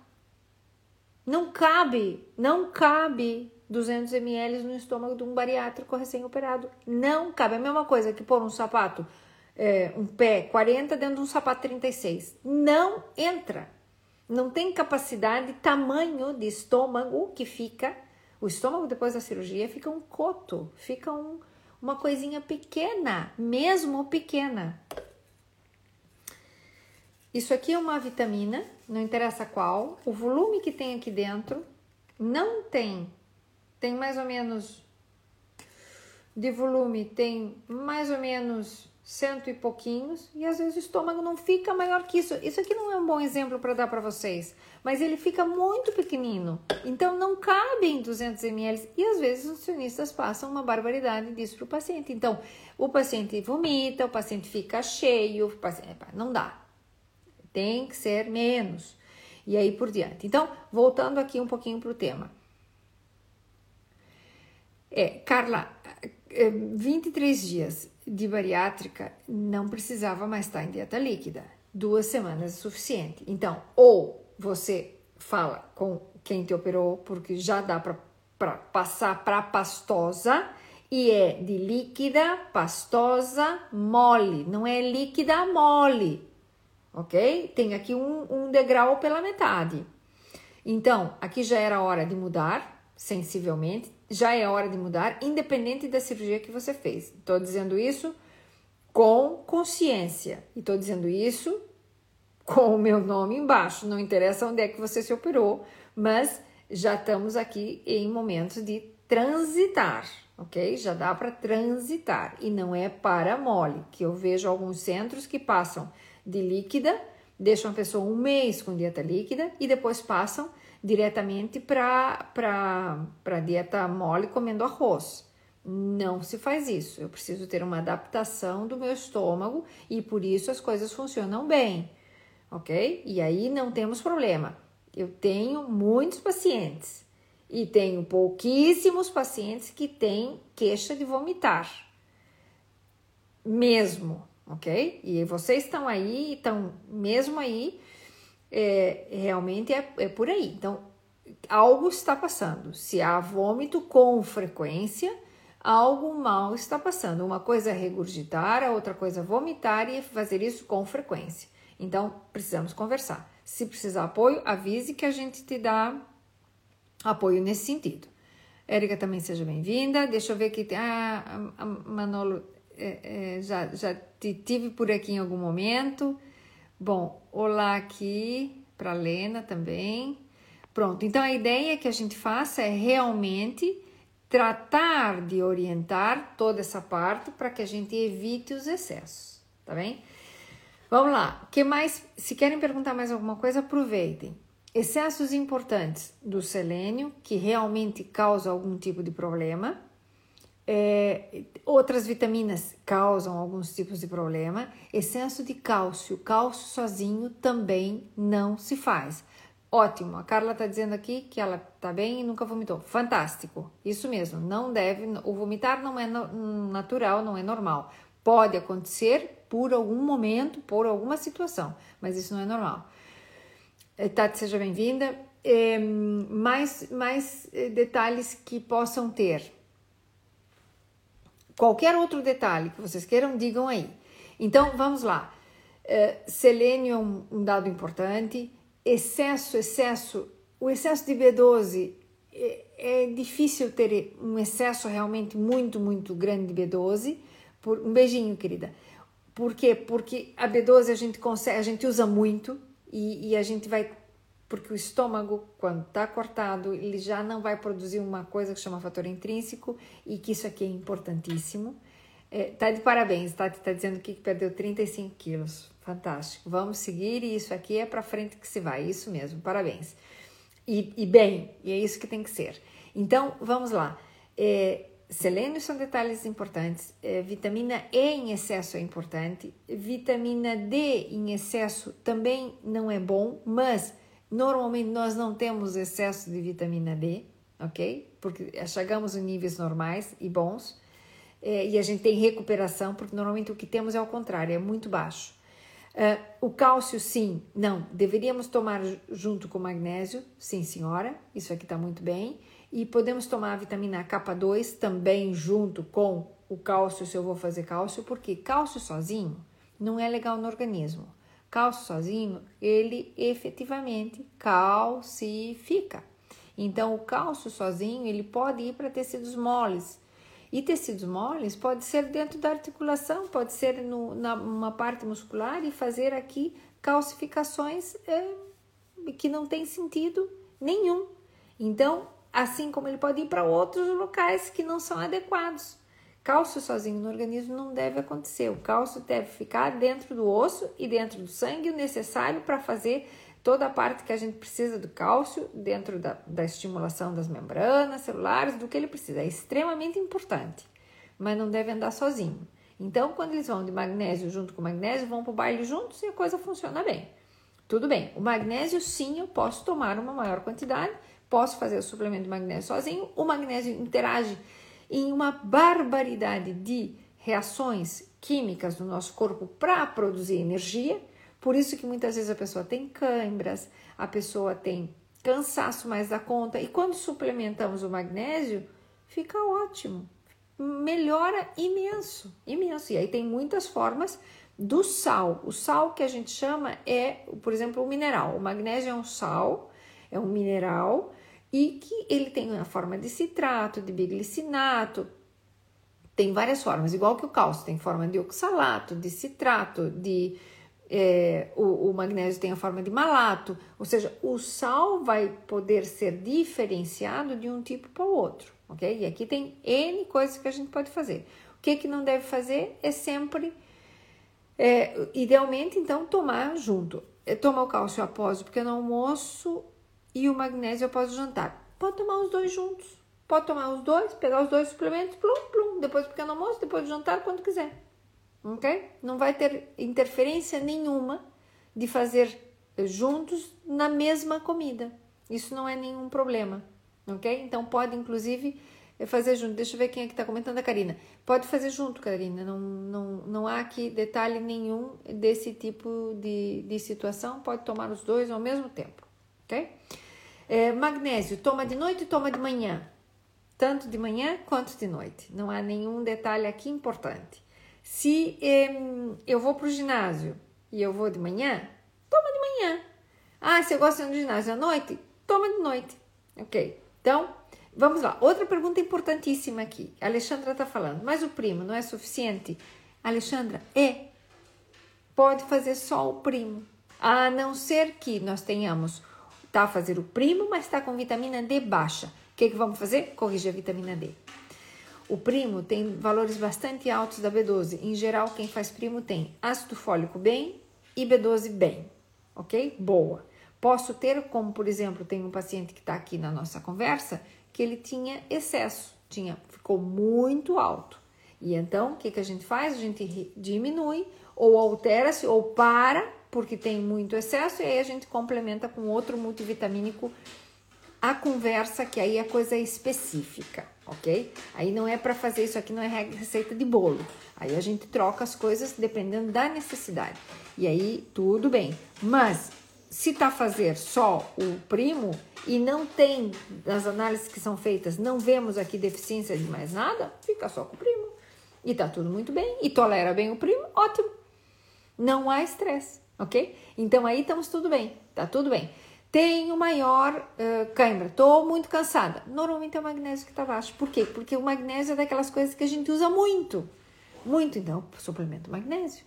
Não cabe, não cabe duzentos mililitros no estômago de um bariátrico recém-operado. Não cabe. É a mesma coisa que pôr um sapato, é, um pé quarenta dentro de um sapato trinta e seis. Não entra. Não tem capacidade, tamanho de estômago que fica. O estômago depois da cirurgia fica um coto, fica um, uma coisinha pequena, mesmo pequena. Isso aqui é uma vitamina, não interessa qual, o volume que tem aqui dentro não tem, tem mais ou menos, de volume tem mais ou menos cento e pouquinhos, e às vezes o estômago não fica maior que isso. Isso aqui não é um bom exemplo para dar para vocês, mas ele fica muito pequenino, então não cabe em duzentos mililitros, e às vezes os nutricionistas passam uma barbaridade disso para o paciente. Então, o paciente vomita, o paciente fica cheio, o paciente, não dá. Tem que ser menos. E aí por diante. Então, voltando aqui um pouquinho para o tema. É, Carla, vinte e três dias de bariátrica não precisava mais estar em dieta líquida. Duas semanas é suficiente. Então, ou você fala com quem te operou, porque já dá para passar para pastosa, e é de líquida, pastosa, mole. Não é líquida mole. Ok? Tem aqui um, um degrau pela metade. Então, aqui já era hora de mudar, sensivelmente, já é hora de mudar, independente da cirurgia que você fez. Estou dizendo isso com consciência, e estou dizendo isso com o meu nome embaixo. Não interessa onde é que você se operou, mas já estamos aqui em momentos de transitar, ok? Já dá para transitar e não é para mole, que eu vejo alguns centros que passam de líquida, deixam a pessoa um mês com dieta líquida e depois passam diretamente para para dieta mole comendo arroz. Não se faz isso. Eu preciso ter uma adaptação do meu estômago e por isso as coisas funcionam bem, ok? E aí não temos problema. Eu tenho muitos pacientes e tenho pouquíssimos pacientes que têm queixa de vomitar, mesmo, ok? E vocês estão aí, estão mesmo aí, é, realmente é, é por aí. Então, algo está passando. Se há vômito com frequência, algo mal está passando. Uma coisa é regurgitar, a outra coisa é vomitar e fazer isso com frequência. Então, precisamos conversar. Se precisar apoio, avise que a gente te dá apoio nesse sentido. Érica também seja bem-vinda. Deixa eu ver aqui. Ah, a Manolo, é, é, já, já te tive por aqui em algum momento. Bom, olá aqui para a Lena também. Pronto, então a ideia que a gente faça é realmente tratar de orientar toda essa parte para que a gente evite os excessos, tá bem? Vamos lá, o que mais? Se querem perguntar mais alguma coisa, aproveitem. Excessos importantes do selênio, que realmente causam algum tipo de problema. É, outras vitaminas causam alguns tipos de problema. Excesso de cálcio, cálcio sozinho também não se faz. Ótimo, a Carla está dizendo aqui que ela está bem e nunca vomitou. Fantástico, isso mesmo, não deve, o vomitar não é no, natural, não é normal. Pode acontecer por algum momento, por alguma situação, mas isso não é normal. Tati, seja bem-vinda. É, mais, mais detalhes que possam ter. Qualquer outro detalhe que vocês queiram, digam aí. Então, vamos lá. É, selênio é um, um dado importante. Excesso, excesso, o excesso de B doze, é, é difícil ter um excesso realmente muito, muito grande de B doze. Por, um beijinho, querida. Por quê? Porque a B doze a gente consegue, a gente usa muito e, e a gente vai, porque o estômago, quando está cortado, ele já não vai produzir uma coisa que chama fator intrínseco e que isso aqui é importantíssimo. É, tá de parabéns, tá? Tá dizendo que perdeu trinta e cinco quilos. Fantástico. Vamos seguir e isso aqui é para frente que se vai. Isso mesmo, parabéns. E, e bem, e é isso que tem que ser. Então, vamos lá. É, selênio são detalhes importantes. É, vitamina E em excesso é importante. Vitamina D em excesso também não é bom, mas normalmente nós não temos excesso de vitamina D, ok? Porque chegamos em níveis normais e bons. É, e a gente tem recuperação, porque normalmente o que temos é ao contrário, é muito baixo. Uh, o cálcio, sim, não, deveríamos tomar junto com o magnésio, sim senhora, isso aqui está muito bem. E podemos tomar a vitamina K dois também junto com o cálcio, se eu vou fazer cálcio, porque cálcio sozinho não é legal no organismo. Cálcio sozinho, ele efetivamente calcifica. Então, o cálcio sozinho, ele pode ir para tecidos moles. E tecidos moles pode ser dentro da articulação, pode ser no, na uma parte muscular e fazer aqui calcificações é, que não tem sentido nenhum. Então, assim como ele pode ir para outros locais que não são adequados. Cálcio sozinho no organismo não deve acontecer. O cálcio deve ficar dentro do osso e dentro do sangue, o necessário para fazer toda a parte que a gente precisa do cálcio dentro da, da estimulação das membranas celulares, do que ele precisa. É extremamente importante, mas não deve andar sozinho. Então, quando eles vão de magnésio junto com magnésio, vão para o baile juntos e a coisa funciona bem. Tudo bem, o magnésio sim, eu posso tomar uma maior quantidade, posso fazer o suplemento de magnésio sozinho. O magnésio interage em uma barbaridade de reações químicas no nosso corpo para produzir energia. Por isso que muitas vezes a pessoa tem câimbras, a pessoa tem cansaço mais da conta. E quando suplementamos o magnésio, fica ótimo. Melhora imenso, imenso. E aí tem muitas formas do sal. O sal que a gente chama é, por exemplo, o mineral. O magnésio é um sal, é um mineral, e que ele tem a forma de citrato, de biglicinato. Tem várias formas, igual que o cálcio. Tem forma de oxalato, de citrato, de... é, o, o magnésio tem a forma de malato, ou seja, o sal vai poder ser diferenciado de um tipo para o outro, ok? E aqui tem N coisas que a gente pode fazer. O que que não deve fazer é sempre, é, idealmente, então, tomar junto. É, tomar o cálcio após o pequeno almoço e o magnésio após o jantar. Pode tomar os dois juntos. Pode tomar os dois, pegar os dois suplementos, plum, plum, depois do pequeno almoço, depois do jantar, quando quiser. Ok? Não vai ter interferência nenhuma de fazer juntos na mesma comida. Isso não é nenhum problema. Ok? Então pode, inclusive, fazer junto. Deixa eu ver quem é que está comentando, a Karina. Pode fazer junto, Karina. Não, não, não há aqui detalhe nenhum desse tipo de, de situação. Pode tomar os dois ao mesmo tempo. Ok? É, magnésio, toma de noite e toma de manhã. Tanto de manhã quanto de noite. Não há nenhum detalhe aqui importante. Se eh, eu vou para o ginásio e eu vou de manhã, toma de manhã. Ah, se eu gosto de ir no ginásio à noite, toma de noite. Ok, então, vamos lá. Outra pergunta importantíssima aqui. A Alexandra está falando, mas o primo não é suficiente? Alexandra, é. Pode fazer só o primo. A não ser que nós tenhamos, tá a fazer o primo, mas está com vitamina D baixa. O que, que vamos fazer? Corrigir a vitamina D. O primo tem valores bastante altos da B doze. Em geral, quem faz primo tem ácido fólico bem e B doze bem. Ok? Boa. Posso ter, como por exemplo, tem um paciente que está aqui na nossa conversa, que ele tinha excesso, tinha, ficou muito alto. E então, o que, que a gente faz? A gente diminui, ou altera-se, ou para, porque tem muito excesso, e aí a gente complementa com outro multivitamínico a conversa, que aí a coisa é específica, ok? Aí não é para fazer isso aqui, não é receita de bolo. Aí a gente troca as coisas dependendo da necessidade. E aí tudo bem. Mas se tá fazer só o primo e não tem, nas análises que são feitas, não vemos aqui deficiência de mais nada, fica só com o primo. E tá tudo muito bem, e tolera bem o primo, ótimo. Não há estresse, ok? Então aí estamos tudo bem, tá tudo bem. Tenho maior uh, cãibra, estou muito cansada. Normalmente é o magnésio que está baixo. Por quê? Porque o magnésio é daquelas coisas que a gente usa muito. Muito, então, suplemento magnésio.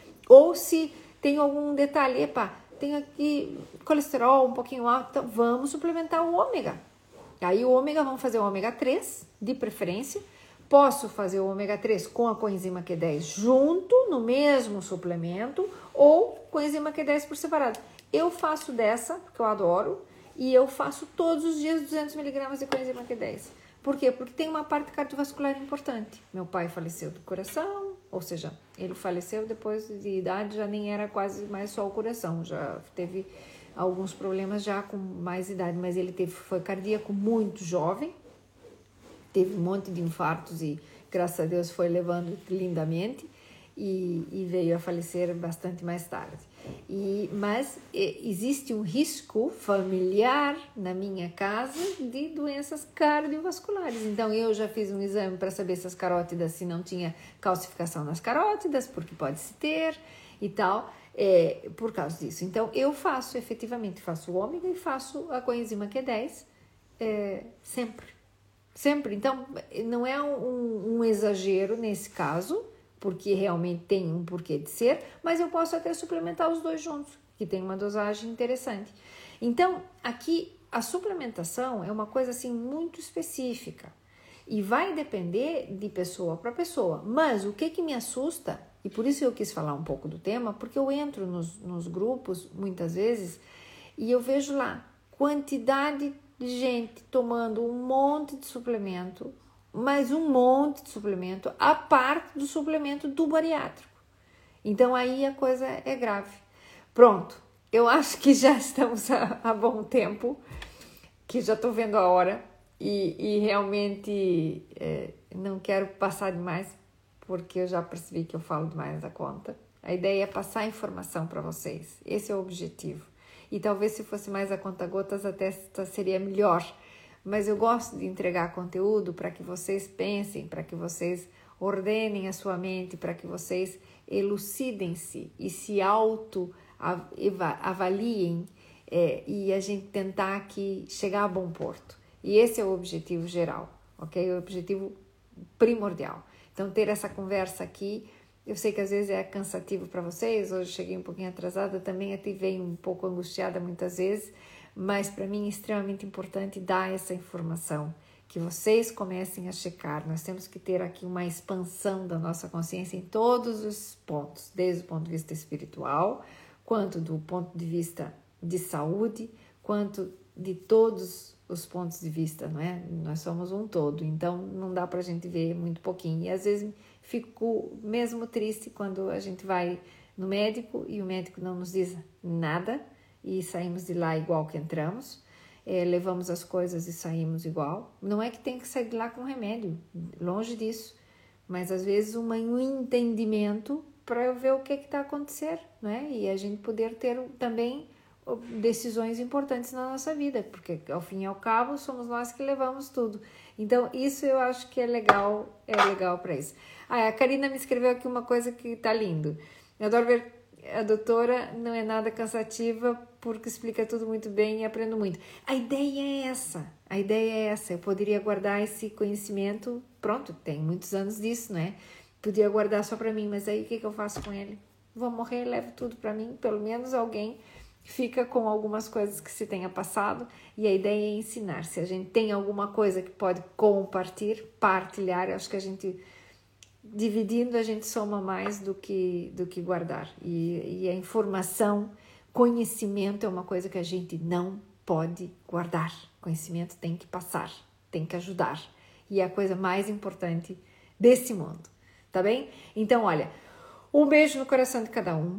Ou se tem algum detalhe, epa, tenho aqui colesterol um pouquinho alto, então vamos suplementar o ômega. Aí o ômega, vamos fazer o ômega três, de preferência. Posso fazer o ômega três com a coenzima Q dez junto, no mesmo suplemento, ou coenzima Q dez por separado. Eu faço dessa, porque eu adoro, e eu faço todos os dias duzentos miligramas de coenzima Q dez. Por quê? Porque tem uma parte cardiovascular importante. Meu pai faleceu do coração, ou seja, ele faleceu depois de idade, já nem era quase mais só o coração, já teve alguns problemas já com mais idade, mas ele teve, foi cardíaco muito jovem, teve um monte de infartos e, graças a Deus, foi levando lindamente e, e veio a falecer bastante mais tarde. E, mas e, existe um risco familiar na minha casa de doenças cardiovasculares. Então, eu já fiz um exame para saber se as carótidas, se não tinha calcificação nas carótidas, porque pode se ter e tal, é, por causa disso. Então, eu faço, efetivamente, faço o ômega e faço a coenzima Q dez é, sempre. Sempre. Então, não é um, um exagero nesse caso, porque realmente tem um porquê de ser, mas eu posso até suplementar os dois juntos, que tem uma dosagem interessante. Então, aqui a suplementação é uma coisa assim muito específica e vai depender de pessoa para pessoa. Mas o que que me assusta, e por isso eu quis falar um pouco do tema, porque eu entro nos, nos grupos muitas vezes e eu vejo lá quantidade de gente tomando um monte de suplemento, mas um monte de suplemento, a parte do suplemento do bariátrico. Então, aí a coisa é grave. Pronto, eu acho que já estamos há, há bom tempo, que já estou vendo a hora e, e realmente é, não quero passar demais, porque eu já percebi que eu falo demais da conta. A ideia é passar informação para vocês, esse é o objetivo. E talvez se fosse mais a conta-gotas até seria melhor, mas eu gosto de entregar conteúdo para que vocês pensem, para que vocês ordenem a sua mente, para que vocês elucidem-se e se auto-avaliem é, e a gente tentar aqui chegar a bom porto. E esse é o objetivo geral, ok? O objetivo primordial. Então, ter essa conversa aqui Eu sei que às vezes é cansativo para vocês, hoje cheguei um pouquinho atrasada, também até venho um pouco angustiada muitas vezes, mas para mim é extremamente importante dar essa informação, que vocês comecem a checar. Nós temos que ter aqui uma expansão da nossa consciência em todos os pontos, desde o ponto de vista espiritual, quanto do ponto de vista de saúde, quanto de todos os pontos de vista, não é? Nós somos um todo, então não dá para a gente ver muito pouquinho. E às vezes fico mesmo triste quando a gente vai no médico e o médico não nos diz nada e saímos de lá igual que entramos, é, levamos as coisas e saímos igual. Não é que tem que sair de lá com remédio, longe disso, mas às vezes um entendimento para ver o que está acontecendo, não é? E a gente poder ter também decisões importantes na nossa vida, porque ao fim e ao cabo somos nós que levamos tudo. Então isso eu acho que é legal, é legal para isso. Ah, a Karina me escreveu aqui uma coisa que tá lindo. Eu adoro ver a doutora, não é nada cansativa porque explica tudo muito bem e aprendo muito. A ideia é essa, a ideia é essa. Eu poderia guardar esse conhecimento, pronto, tem muitos anos disso, né? Podia guardar só para mim, mas aí o que, que eu faço com ele? Vou morrer, levo tudo para mim, pelo menos alguém fica com algumas coisas que se tenha passado, e a ideia é ensinar. Se a gente tem alguma coisa que pode compartilhar, partilhar, eu acho que a gente, dividindo, a gente soma mais do que, do que guardar. E, e a informação, conhecimento é uma coisa que a gente não pode guardar. Conhecimento tem que passar, tem que ajudar. E é a coisa mais importante desse mundo, tá bem? Então, olha, um beijo no coração de cada um.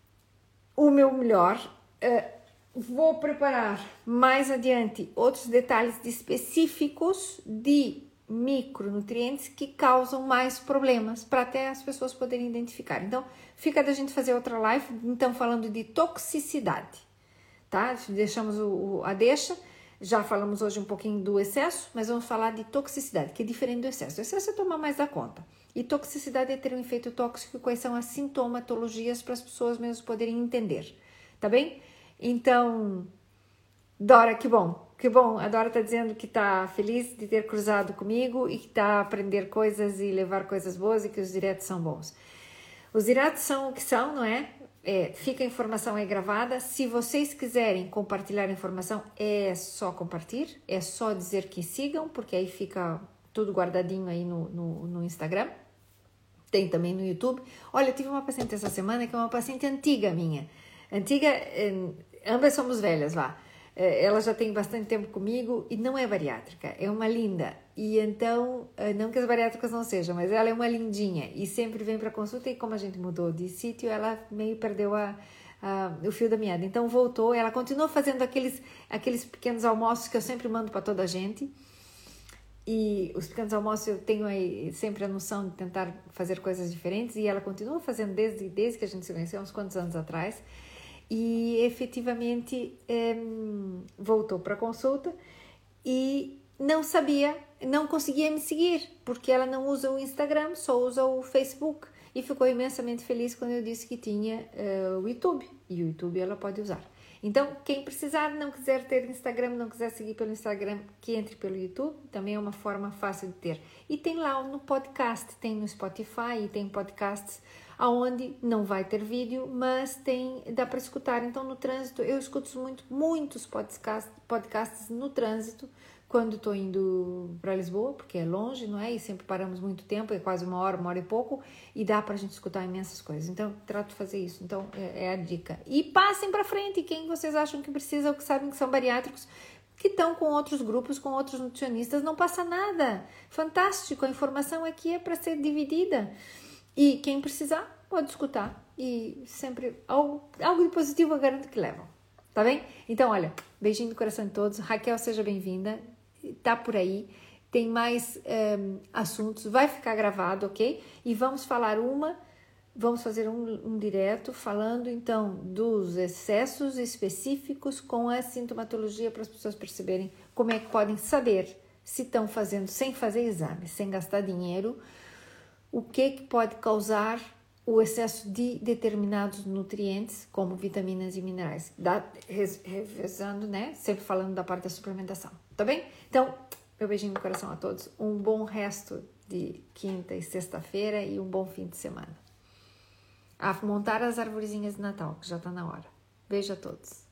O meu melhor. Uh, vou preparar mais adiante outros detalhes específicos de micronutrientes que causam mais problemas, para até as pessoas poderem identificar. Então, fica da gente fazer outra live, então, falando de toxicidade, tá? Deixamos o, o, a deixa, já falamos hoje um pouquinho do excesso, mas vamos falar de toxicidade, que é diferente do excesso. O excesso é tomar mais da conta. E toxicidade é ter um efeito tóxico, e quais são as sintomatologias para as pessoas mesmo poderem entender. Tá bem? Então, Dora, que bom, que bom. A Dora tá dizendo que tá feliz de ter cruzado comigo e que tá a aprender coisas e levar coisas boas e que os diretos são bons. Os diretos são o que são, não é? É, fica a informação aí gravada. Se vocês quiserem compartilhar a informação, é só compartilhar, é só dizer que sigam, porque aí fica tudo guardadinho aí no, no, no Instagram. Tem também no YouTube. Olha, eu tive uma paciente essa semana que é uma paciente antiga minha. Antiga, eh, ambas somos velhas, vá. Eh, ela já tem bastante tempo comigo e não é bariátrica, é uma linda. E então, eh, não que as bariátricas não sejam, mas ela é uma lindinha e sempre vem para consulta, e como a gente mudou de sítio, ela meio perdeu a, a, o fio da meada. Então voltou, ela continuou fazendo aqueles, aqueles pequenos almoços que eu sempre mando para toda a gente. E os pequenos almoços eu tenho aí sempre a noção de tentar fazer coisas diferentes, e ela continua fazendo desde, desde que a gente se conheceu, uns quantos anos atrás. E efetivamente é, voltou para a consulta e não sabia, não conseguia me seguir, porque ela não usa o Instagram, só usa o Facebook, e ficou imensamente feliz quando eu disse que tinha uh, o YouTube, e o YouTube ela pode usar. Então, quem precisar, não quiser ter Instagram, não quiser seguir pelo Instagram, que entre pelo YouTube, também é uma forma fácil de ter. E tem lá no podcast, tem no Spotify, e tem podcasts aonde não vai ter vídeo, mas tem, dá para escutar. Então, no trânsito, eu escuto muito, muitos podcasts, podcasts no trânsito, quando estou indo para Lisboa, porque é longe, não é? E sempre paramos muito tempo, é quase uma hora, uma hora e pouco, e dá para a gente escutar imensas coisas. Então, trato de fazer isso. Então, é, é a dica. E passem para frente quem vocês acham que precisa ou que sabem que são bariátricos, que estão com outros grupos, com outros nutricionistas, não passa nada. Fantástico, a informação aqui é para ser dividida. E quem precisar, pode escutar. E sempre algo, algo de positivo eu garanto que levam. Tá bem? Então, olha, beijinho no coração de todos. Raquel, seja bem-vinda. Tá por aí. Tem mais um, assuntos. Vai ficar gravado, ok? E vamos falar uma... Vamos fazer um, um direto falando, então, dos excessos específicos com a sintomatologia para as pessoas perceberem como é que podem saber se estão fazendo, sem fazer exame, sem gastar dinheiro, o que, que pode causar o excesso de determinados nutrientes, como vitaminas e minerais. Dá, revezando, né? Sempre falando da parte da suplementação. Tá bem? Então, meu beijinho no coração a todos. Um bom resto de quinta e sexta-feira e um bom fim de semana. a montar as arvorezinhas de Natal, que já está na hora. Beijo a todos.